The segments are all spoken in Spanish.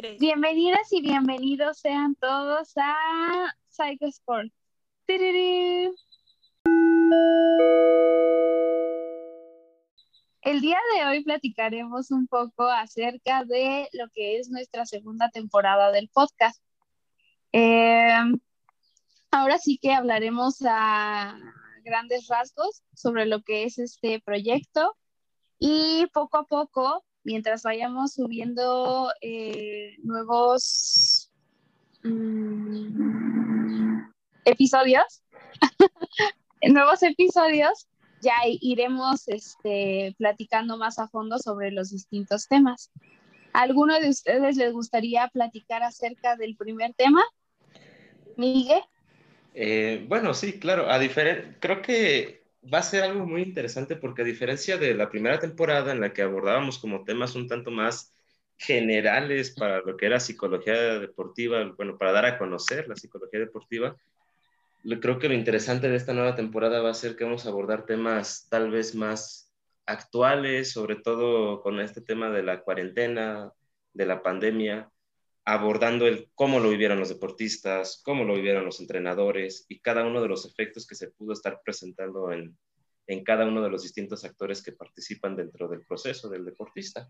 Tres. Bienvenidas y bienvenidos sean todos a Psychosport. ¡Tururú! El día de hoy platicaremos un poco acerca de lo que es nuestra segunda temporada del podcast. Ahora sí que hablaremos a grandes rasgos sobre lo que es este proyecto y poco a poco, mientras vayamos subiendo nuevos episodios, ya iremos platicando más a fondo sobre los distintos temas. ¿A alguno de ustedes les gustaría platicar acerca del primer tema? Miguel. Bueno, sí, claro. Creo que va a ser algo muy interesante porque a diferencia de la primera temporada en la que abordábamos como temas un tanto más generales para lo que era psicología deportiva, bueno, para dar a conocer la psicología deportiva, creo que lo interesante de esta nueva temporada va a ser que vamos a abordar temas tal vez más actuales, sobre todo con este tema de la cuarentena, de la pandemia, abordando el cómo lo vivieron los deportistas, cómo lo vivieron los entrenadores y cada uno de los efectos que se pudo estar presentando en cada uno de los distintos actores que participan dentro del proceso del deportista.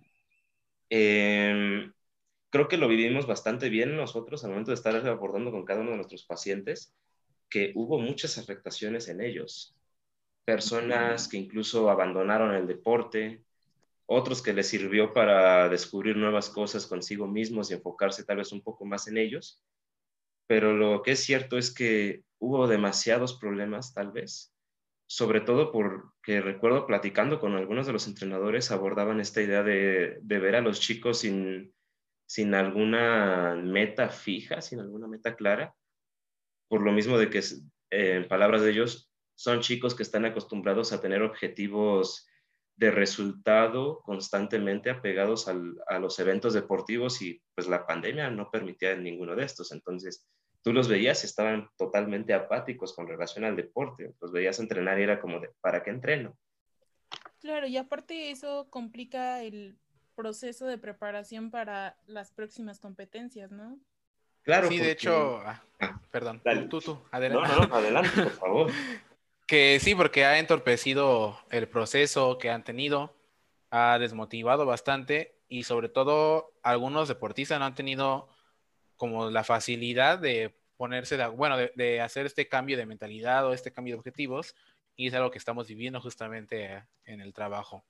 Creo que lo vivimos bastante bien nosotros al momento de estar abordando con cada uno de nuestros pacientes, que hubo muchas afectaciones en ellos. Personas que incluso abandonaron el deporte, otros que les sirvió para descubrir nuevas cosas consigo mismos y enfocarse tal vez un poco más en ellos. Pero lo que es cierto es que hubo demasiados problemas, tal vez, sobre todo porque recuerdo platicando con algunos de los entrenadores, abordaban esta idea de ver a los chicos sin alguna meta fija, sin alguna meta clara, por lo mismo de que, en palabras de ellos, son chicos que están acostumbrados a tener objetivos de resultado constantemente apegados a los eventos deportivos y pues la pandemia no permitía ninguno de estos. Entonces, tú los veías y estaban totalmente apáticos con relación al deporte. Los veías entrenar y era como de, ¿para qué entreno? Claro, y aparte eso complica el proceso de preparación para las próximas competencias, ¿no? Claro, Sí, de porque... hecho, perdón, Dale. tú, No, adelante. adelante, por favor. Que sí, porque ha entorpecido el proceso que han tenido, ha desmotivado bastante y sobre todo algunos deportistas no han tenido como la facilidad de ponerse, de hacer este cambio de mentalidad o este cambio de objetivos, y es algo que estamos viviendo justamente en el trabajo.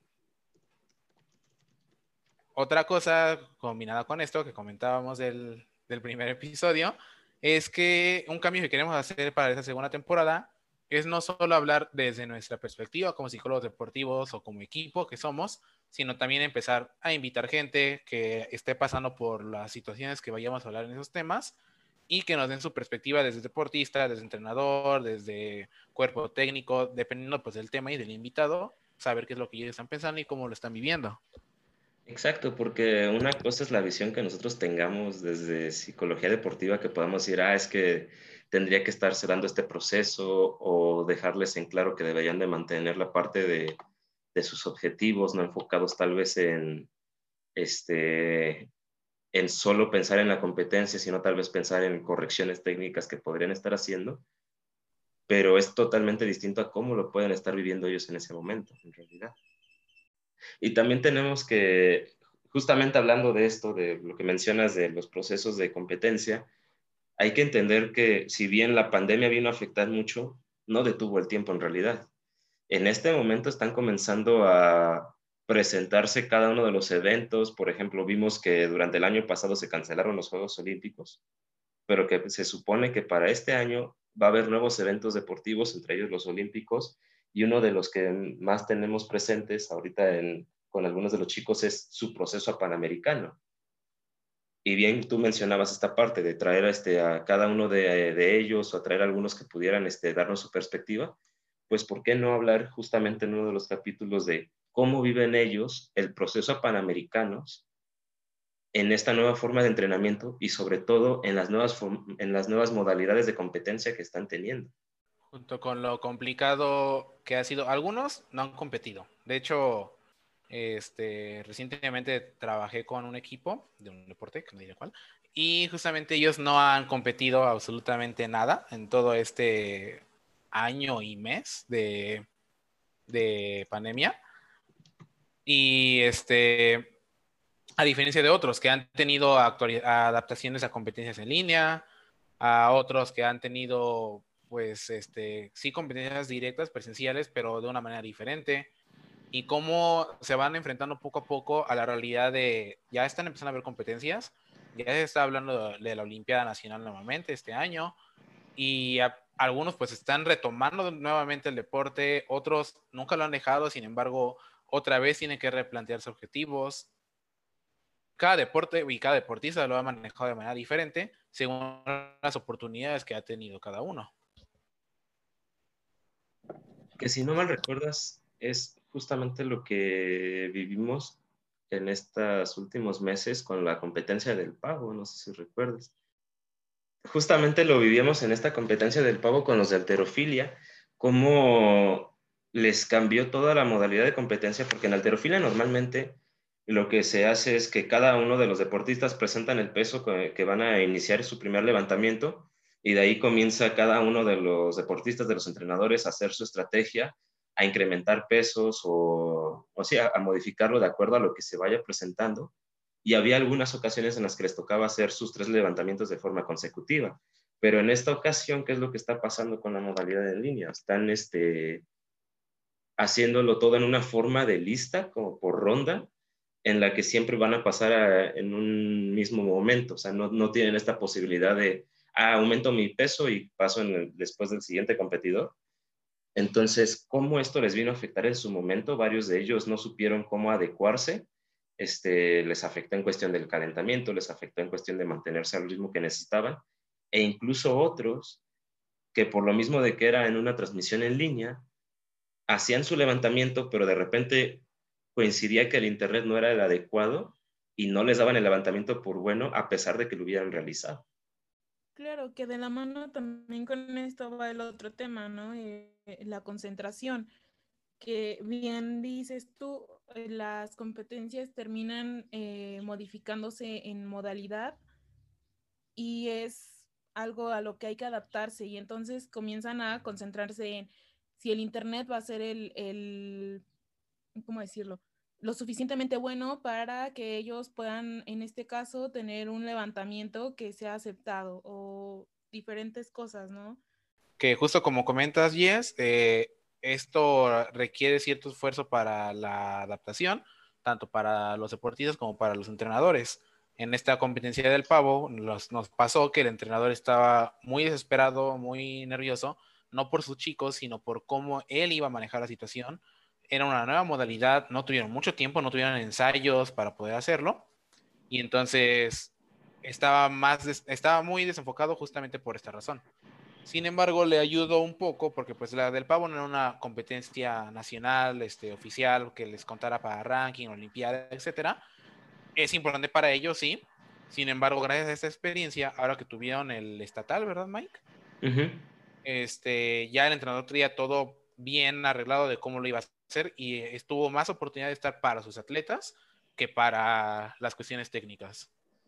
Otra cosa combinada con esto que comentábamos del primer episodio es que un cambio que queremos hacer para esta segunda temporada es no solo hablar desde nuestra perspectiva como psicólogos deportivos o como equipo que somos, sino también empezar a invitar gente que esté pasando por las situaciones que vayamos a hablar en esos temas y que nos den su perspectiva desde deportista, desde entrenador, desde cuerpo técnico, dependiendo pues del tema y del invitado, saber qué es lo que ellos están pensando y cómo lo están viviendo. Exacto, porque una cosa es la visión que nosotros tengamos desde psicología deportiva, que podamos decir, es que tendría que estarse dando este proceso o dejarles en claro que deberían de mantener la parte de sus objetivos, no enfocados tal vez en solo pensar en la competencia, sino tal vez pensar en correcciones técnicas que podrían estar haciendo, pero es totalmente distinto a cómo lo pueden estar viviendo ellos en ese momento, en realidad. Y también tenemos que, justamente hablando de esto, de lo que mencionas de los procesos de competencia, hay que entender que si bien la pandemia vino a afectar mucho, no detuvo el tiempo en realidad. En este momento están comenzando a presentarse cada uno de los eventos. Por ejemplo, vimos que durante el año pasado se cancelaron los Juegos Olímpicos, pero que se supone que para este año va a haber nuevos eventos deportivos, entre ellos los Olímpicos, y uno de los que más tenemos presentes ahorita con algunos de los chicos es su proceso a Panamericano. Y bien, tú mencionabas esta parte de traer a cada uno de ellos o a traer a algunos que pudieran darnos su perspectiva, pues ¿por qué no hablar justamente en uno de los capítulos de cómo viven ellos el proceso a Panamericanos en esta nueva forma de entrenamiento y sobre todo en las nuevas modalidades de competencia que están teniendo? Junto con lo complicado que ha sido, algunos no han competido. De hecho, Recientemente trabajé con un equipo de un deporte, que no diré cuál, y justamente ellos no han competido absolutamente nada en todo este año y mes de pandemia. Y a diferencia de otros que han tenido adaptaciones a competencias en línea, a otros que han tenido, pues, sí, competencias directas, presenciales, pero de una manera diferente, y cómo se van enfrentando poco a poco a la realidad de, ya están empezando a haber competencias, ya se está hablando de la Olimpiada Nacional nuevamente este año, y algunos pues están retomando nuevamente el deporte, otros nunca lo han dejado, sin embargo, otra vez tienen que replantearse objetivos. Cada deporte y cada deportista lo ha manejado de manera diferente según las oportunidades que ha tenido cada uno. Que si no mal recuerdas, es justamente lo que vivimos en estos últimos meses con la competencia del pavo, no sé si recuerdas. Justamente lo vivíamos en esta competencia del pavo con los de halterofilia, cómo les cambió toda la modalidad de competencia, porque en halterofilia normalmente lo que se hace es que cada uno de los deportistas presentan el peso que van a iniciar su primer levantamiento, y de ahí comienza cada uno de los deportistas, de los entrenadores, a hacer su estrategia, a incrementar pesos o sí, a modificarlo de acuerdo a lo que se vaya presentando. Y había algunas ocasiones en las que les tocaba hacer sus 3 levantamientos de forma consecutiva. Pero en esta ocasión, ¿qué es lo que está pasando con la modalidad en línea? Están haciéndolo todo en una forma de lista, como por ronda, en la que siempre van a pasar en un mismo momento. O sea, no tienen esta posibilidad de, aumento mi peso y paso después del siguiente competidor. Entonces, ¿cómo esto les vino a afectar en su momento? Varios de ellos no supieron cómo adecuarse. Les afectó en cuestión del calentamiento, les afectó en cuestión de mantenerse al ritmo que necesitaban, e incluso otros que por lo mismo de que era en una transmisión en línea, hacían su levantamiento, pero de repente coincidía que el internet no era el adecuado y no les daban el levantamiento por bueno, a pesar de que lo hubieran realizado. Claro, que de la mano también con esto va el otro tema, ¿no? La concentración, que bien dices tú, las competencias terminan modificándose en modalidad y es algo a lo que hay que adaptarse, y entonces comienzan a concentrarse en si el internet va a ser ¿cómo decirlo? Lo suficientemente bueno para que ellos puedan, en este caso, tener un levantamiento que sea aceptado o diferentes cosas, ¿no? Que justo como comentas, Jess, esto requiere cierto esfuerzo para la adaptación, tanto para los deportistas como para los entrenadores. En esta competencia del pavo nos pasó que el entrenador estaba muy desesperado, muy nervioso, no por sus chicos, sino por cómo él iba a manejar la situación. Era una nueva modalidad, no tuvieron mucho tiempo, no tuvieron ensayos para poder hacerlo, y entonces estaba muy desenfocado justamente por esta razón. Sin embargo, le ayudó un poco porque pues la del pavo no era una competencia nacional, oficial, que les contara para ranking, olimpiada, etcétera. Es importante para ellos, sí. Sin embargo, gracias a esta experiencia, ahora que tuvieron el estatal, ¿verdad, Mike? Uh-huh. Ya el entrenador tenía todo bien arreglado de cómo lo iba a hacer, y estuvo más oportunidad de estar para sus atletas que para las cuestiones técnicas.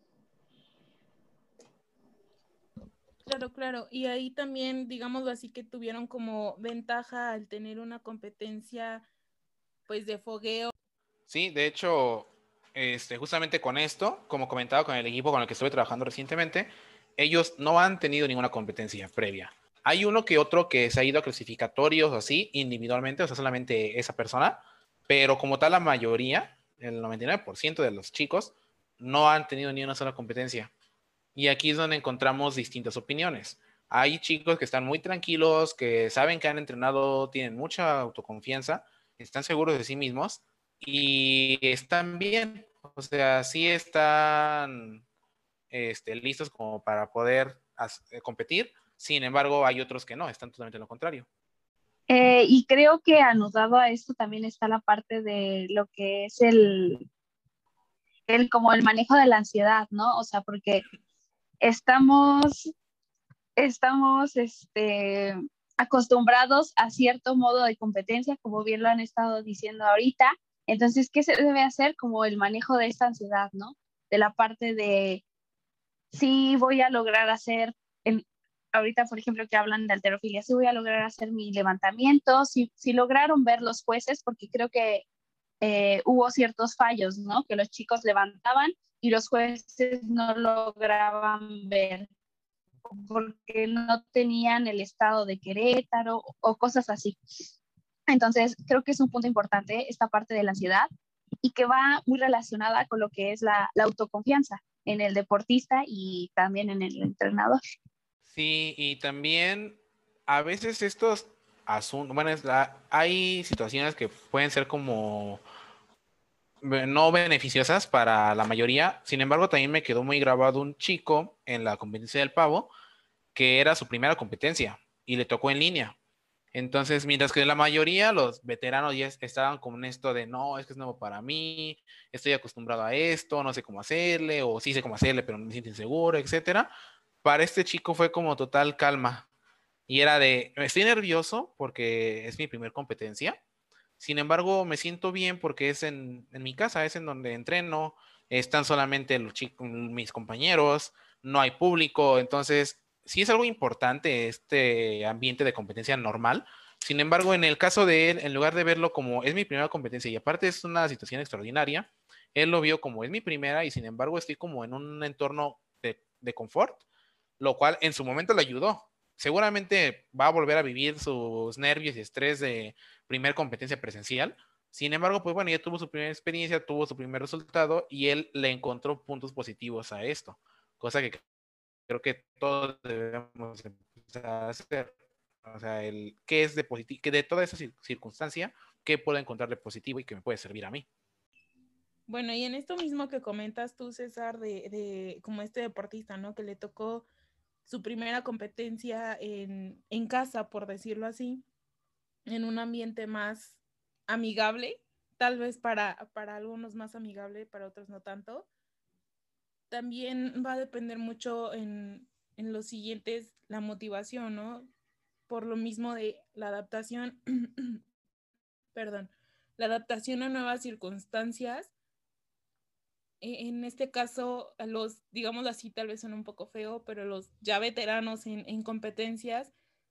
Claro, claro. Y ahí también, digámoslo así, que tuvieron como ventaja al tener una competencia, pues, de fogueo. Sí, de hecho, justamente con esto, como comentaba con el equipo con el que estuve trabajando recientemente, ellos no han tenido ninguna competencia previa. Hay uno que otro que se ha ido a clasificatorios o así, individualmente, o sea, solamente esa persona, pero como tal la mayoría, el 99% de los chicos, no han tenido ni una sola competencia. Y aquí es donde encontramos distintas opiniones. Hay chicos que están muy tranquilos, que saben que han entrenado, tienen mucha autoconfianza, están seguros de sí mismos y están bien. O sea, sí están listos como para poder competir. Sin embargo, hay otros que no, están totalmente lo contrario. Y creo que anudado a esto también está la parte de lo que es como el manejo de la ansiedad, ¿no? O sea, porque estamos acostumbrados a cierto modo de competencia, como bien lo han estado diciendo ahorita, Entonces, ¿qué se debe hacer? Como el manejo de esta ansiedad, ¿no? De la parte de sí voy a lograr hacer, ahorita por ejemplo que hablan de halterofilia, sí voy a lograr hacer mi levantamiento, si lograron ver los jueces, porque creo que hubo ciertos fallos, ¿no? Que los chicos levantaban y los jueces no lograban ver porque no tenían el estado de Querétaro o cosas así. Entonces, creo que es un punto importante esta parte de la ansiedad y que va muy relacionada con lo que es la autoconfianza en el deportista y también en el entrenador. Sí, y también a veces estos asuntos, bueno, hay situaciones que pueden ser como no beneficiosas para la mayoría. Sin embargo, también me quedó muy grabado un chico en la competencia del pavo que era su primera competencia y le tocó en línea. Entonces, mientras que la mayoría, los veteranos ya estaban con esto de no, es que es nuevo para mí, estoy acostumbrado a esto, no sé cómo hacerle, o sí sé cómo hacerle, pero no me siento inseguro, etcétera. Para este chico fue como total calma. Y era de, estoy nervioso porque es mi primer competencia. Sin embargo, me siento bien porque es en mi casa, es en donde entreno, están solamente los chicos, mis compañeros, no hay público, entonces sí es algo importante este ambiente de competencia normal. Sin embargo, en el caso de él, en lugar de verlo como es mi primera competencia y aparte es una situación extraordinaria, él lo vio como es mi primera y sin embargo estoy como en un entorno de confort, lo cual en su momento le ayudó. Seguramente va a volver a vivir sus nervios y estrés de primer competencia presencial. Sin embargo, pues bueno, ya tuvo su primera experiencia, tuvo su primer resultado y él le encontró puntos positivos a esto, cosa que creo que todos debemos empezar a hacer. O sea, el qué es de positivo, que de toda esa circunstancia, qué puedo encontrar de positivo y que me puede servir a mí. Bueno, y en esto mismo que comentas tú, César, de como este deportista, ¿no? Que le tocó su primera competencia en casa, por decirlo así, en un ambiente más amigable, tal vez para algunos más amigable, para otros no tanto. También va a depender mucho en los siguientes la motivación, ¿no? Por lo mismo de la adaptación, perdón, la adaptación a nuevas circunstancias. En este caso, a los, digámoslo así, tal vez son un poco feo, pero los ya veteranos en competencias,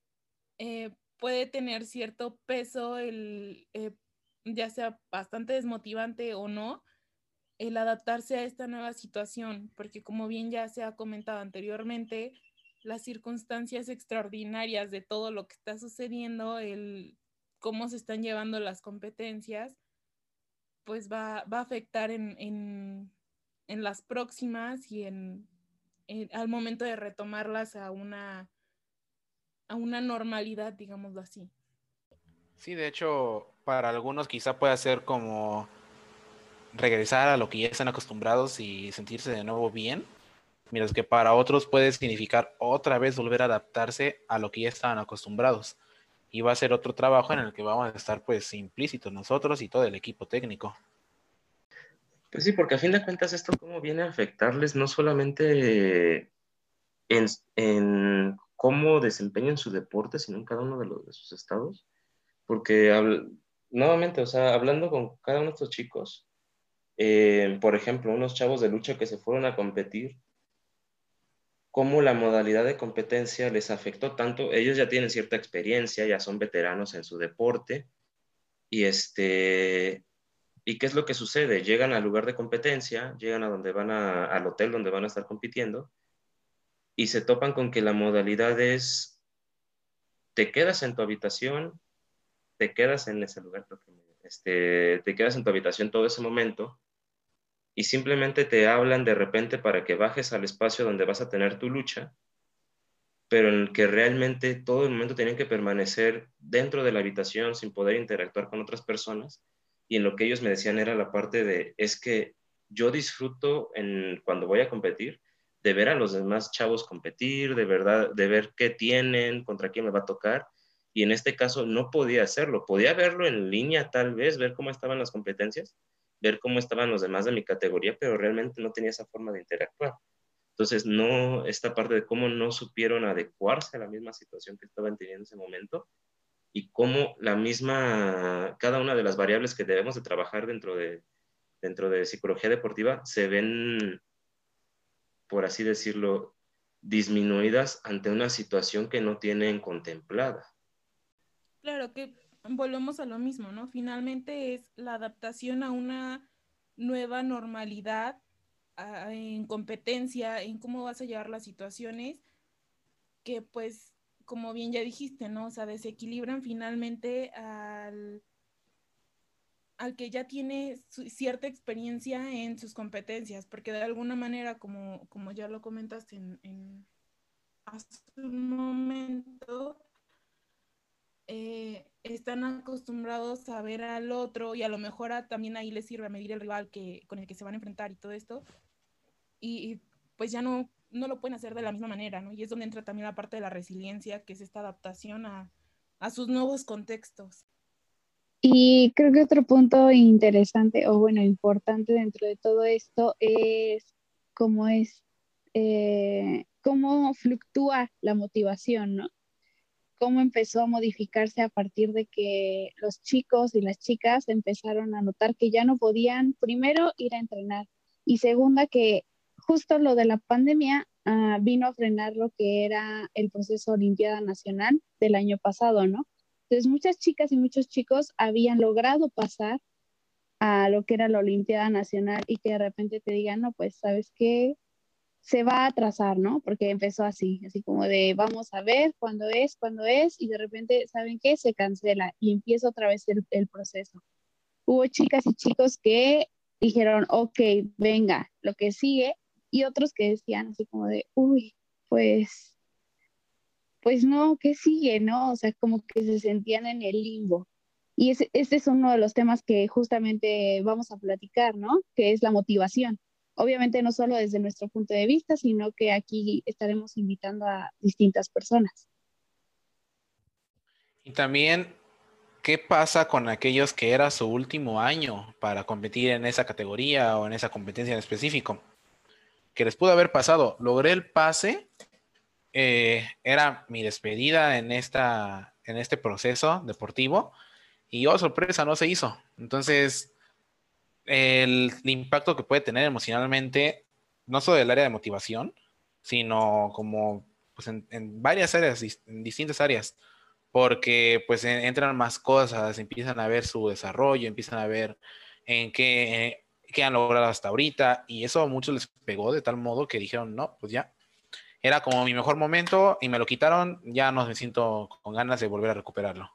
puede tener cierto peso, ya sea bastante desmotivante o no, el adaptarse a esta nueva situación, porque como bien ya se ha comentado anteriormente, las circunstancias extraordinarias de todo lo que está sucediendo, el cómo se están llevando las competencias, pues va a afectar en las próximas y al momento de retomarlas a una normalidad, digámoslo así. Sí, de hecho, para algunos quizá pueda ser como regresar a lo que ya están acostumbrados y sentirse de nuevo bien, mientras que para otros puede significar otra vez volver a adaptarse a lo que ya estaban acostumbrados. Y va a ser otro trabajo en el que vamos a estar pues implícitos nosotros y todo el equipo técnico. Pues sí, porque a fin de cuentas esto cómo viene a afectarles no solamente en cómo desempeñan su deporte, sino en cada uno de sus estados. Porque nuevamente, o sea, hablando con cada uno de estos chicos, por ejemplo, unos chavos de lucha que se fueron a competir, cómo la modalidad de competencia les afectó tanto. Ellos ya tienen cierta experiencia, ya son veteranos en su deporte, y ¿y qué es lo que sucede? Llegan al lugar de competencia, llegan a donde al hotel donde van a estar compitiendo, y se topan con que la modalidad es, te quedas en tu habitación, te quedas en ese lugar, te quedas en tu habitación todo ese momento, y simplemente te hablan de repente para que bajes al espacio donde vas a tener tu lucha, pero en el que realmente todo el momento tenían que permanecer dentro de la habitación sin poder interactuar con otras personas. Y en lo que ellos me decían era la parte de, es que yo disfruto cuando voy a competir, de ver a los demás chavos competir, de verdad, de ver qué tienen, contra quién me va a tocar. Y en este caso no podía hacerlo. Podía verlo en línea tal vez, ver cómo estaban las competencias, ver cómo estaban los demás de mi categoría, pero realmente no tenía esa forma de interactuar. Entonces, no, esta parte de cómo no supieron adecuarse a la misma situación que estaban teniendo en ese momento y cómo cada una de las variables que debemos de trabajar dentro de psicología deportiva se ven, por así decirlo, disminuidas ante una situación que no tienen contemplada. Claro que volvemos a lo mismo, ¿no? Finalmente es la adaptación a una nueva normalidad, en competencia, en cómo vas a llevar las situaciones que, pues, como bien ya dijiste, ¿no? O sea, desequilibran finalmente al que ya tiene cierta experiencia en sus competencias, porque de alguna manera, como ya lo comentaste hace un momento, están acostumbrados a ver al otro y a lo mejor también ahí les sirve a medir el rival con el que se van a enfrentar y todo esto, y pues ya no lo pueden hacer de la misma manera, ¿no? Y es donde entra también la parte de la resiliencia, que es esta adaptación a sus nuevos contextos. Y creo que otro punto interesante, o bueno, importante dentro de todo esto es cómo cómo fluctúa la motivación, ¿no? Cómo empezó a modificarse a partir de que los chicos y las chicas empezaron a notar que ya no podían, primero, ir a entrenar, y segunda, que justo lo de la pandemia vino a frenar lo que era el proceso Olimpiada Nacional del año pasado, ¿no? Entonces, muchas chicas y muchos chicos habían logrado pasar a lo que era la Olimpiada Nacional y que de repente te digan, no, pues, ¿sabes qué? Se va a atrasar, ¿no? Porque empezó así como de vamos a ver cuándo es, y de repente, ¿saben qué? Se cancela y empieza otra vez el proceso. Hubo chicas y chicos que dijeron, ok, venga, lo que sigue, y otros que decían así como de, uy, pues, pues no, ¿qué sigue, no? O sea, como que se sentían en el limbo. Y este es uno de los temas que justamente vamos a platicar, ¿no? Que es la motivación. Obviamente no solo desde nuestro punto de vista, sino que aquí estaremos invitando a distintas personas. Y también, ¿qué pasa con aquellos que era su último año para competir en esa categoría o en esa competencia en específico? Que les pudo haber pasado. Logré el pase, era mi despedida en este proceso deportivo y oh, sorpresa, no se hizo. Entonces, el impacto que puede tener emocionalmente, no solo del área de motivación, sino como pues, en varias áreas, en distintas áreas, porque pues entran más cosas, empiezan a ver su desarrollo, empiezan a ver en qué han logrado hasta ahorita, y eso a muchos les pegó de tal modo que dijeron, no, pues ya, era como mi mejor momento y me lo quitaron, ya no me siento con ganas de volver a recuperarlo.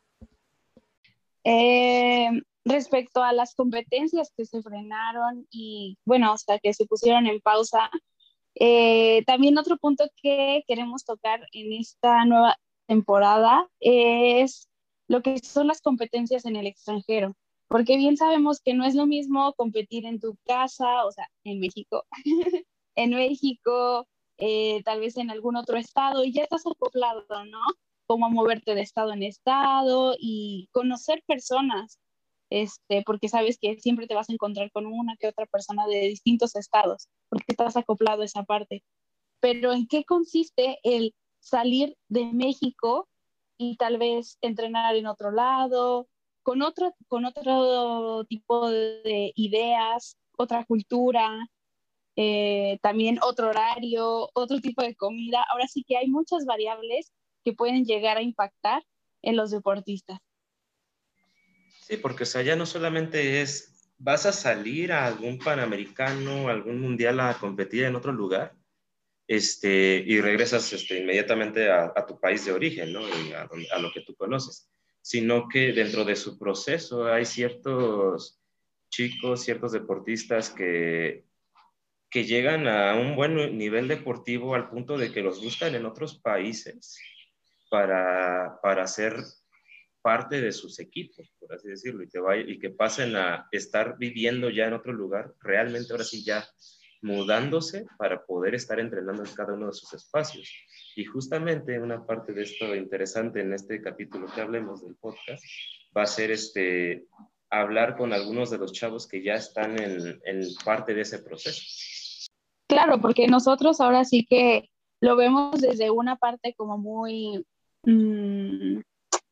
Respecto a las competencias que se frenaron y bueno, o sea, que se pusieron en pausa, también otro punto que queremos tocar en esta nueva temporada es lo que son las competencias en el extranjero, porque bien sabemos que no es lo mismo competir en tu casa, o sea, en México, en México, tal vez en algún otro estado, y ya estás acoplado, ¿no? Cómo moverte de estado en estado y conocer personas, porque sabes que siempre te vas a encontrar con una que otra persona de distintos estados, porque estás acoplado a esa parte. Pero ¿en qué consiste el salir de México y tal vez entrenar en otro lado, con otro tipo de ideas, otra cultura, también otro horario, otro tipo de comida? Ahora sí que hay muchas variables que pueden llegar a impactar en los deportistas. Sí, porque o sea, ya no solamente vas a salir a algún panamericano, algún mundial a competir en otro lugar, y regresas inmediatamente a tu país de origen, ¿no? Y a lo que tú conoces, sino que dentro de su proceso hay ciertos chicos, ciertos deportistas que llegan a un buen nivel deportivo al punto de que los buscan en otros países para ser parte de sus equipos, por así decirlo, y que pasen a estar viviendo ya en otro lugar, realmente ahora sí ya mudándose para poder estar entrenando en cada uno de sus espacios. Y justamente una parte de esto interesante en este capítulo que hablemos del podcast va a ser hablar con algunos de los chavos que ya están en parte de ese proceso. Claro, porque nosotros ahora sí que lo vemos desde una parte como muy,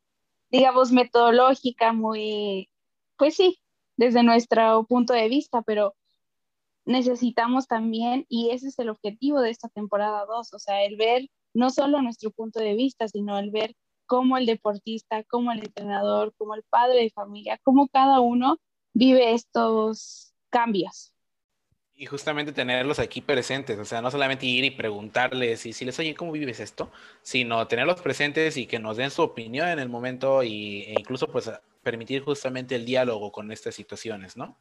digamos, metodológica, muy, pues sí, desde nuestro punto de vista, pero necesitamos también, y ese es el objetivo de esta temporada 2, o sea, el ver no solo nuestro punto de vista, sino el ver cómo el deportista, cómo el entrenador, cómo el padre de familia, cómo cada uno vive estos cambios. Y justamente tenerlos aquí presentes, o sea, no solamente ir y preguntarles y si les, oye, ¿cómo vives esto? Sino tenerlos presentes y que nos den su opinión en el momento e incluso pues permitir justamente el diálogo con estas situaciones, ¿no?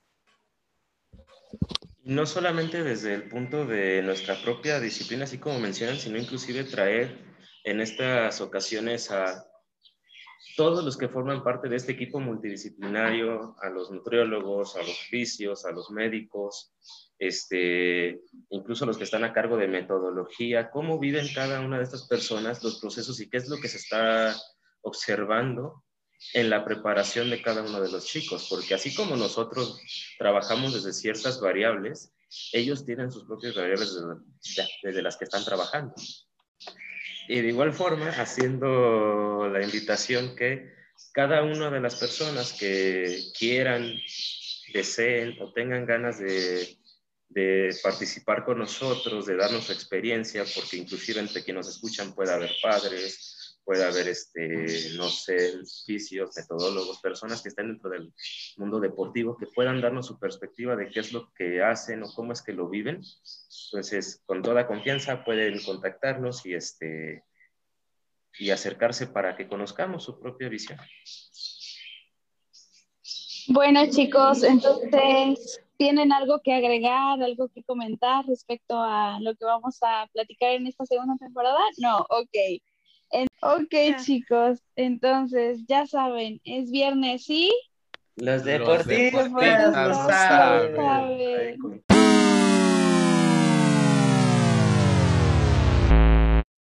Y no solamente desde el punto de nuestra propia disciplina, así como mencionan, sino inclusive traer en estas ocasiones a todos los que forman parte de este equipo multidisciplinario, a los nutriólogos, a los fisios, a los médicos, incluso los que están a cargo de metodología, cómo viven cada una de estas personas los procesos y qué es lo que se está observando en la preparación de cada uno de los chicos, porque así como nosotros trabajamos desde ciertas variables, ellos tienen sus propias variables desde las que están trabajando. Y de igual forma, haciendo la invitación que cada una de las personas que quieran, deseen o tengan ganas de participar con nosotros, de darnos su experiencia, porque inclusive entre quienes nos escuchan puede haber padres, puede haber, no sé, fisios, metodólogos, personas que estén dentro del mundo deportivo, que puedan darnos su perspectiva de qué es lo que hacen o cómo es que lo viven. Entonces, con toda confianza pueden contactarnos y acercarse para que conozcamos su propia visión. Bueno, chicos, entonces, ¿tienen algo que agregar, algo que comentar respecto a lo que vamos a platicar en esta segunda temporada? No, ok. Ok, chicos, entonces, ya saben, es viernes y Los Los deportistas deportistas lo lo saben. saben.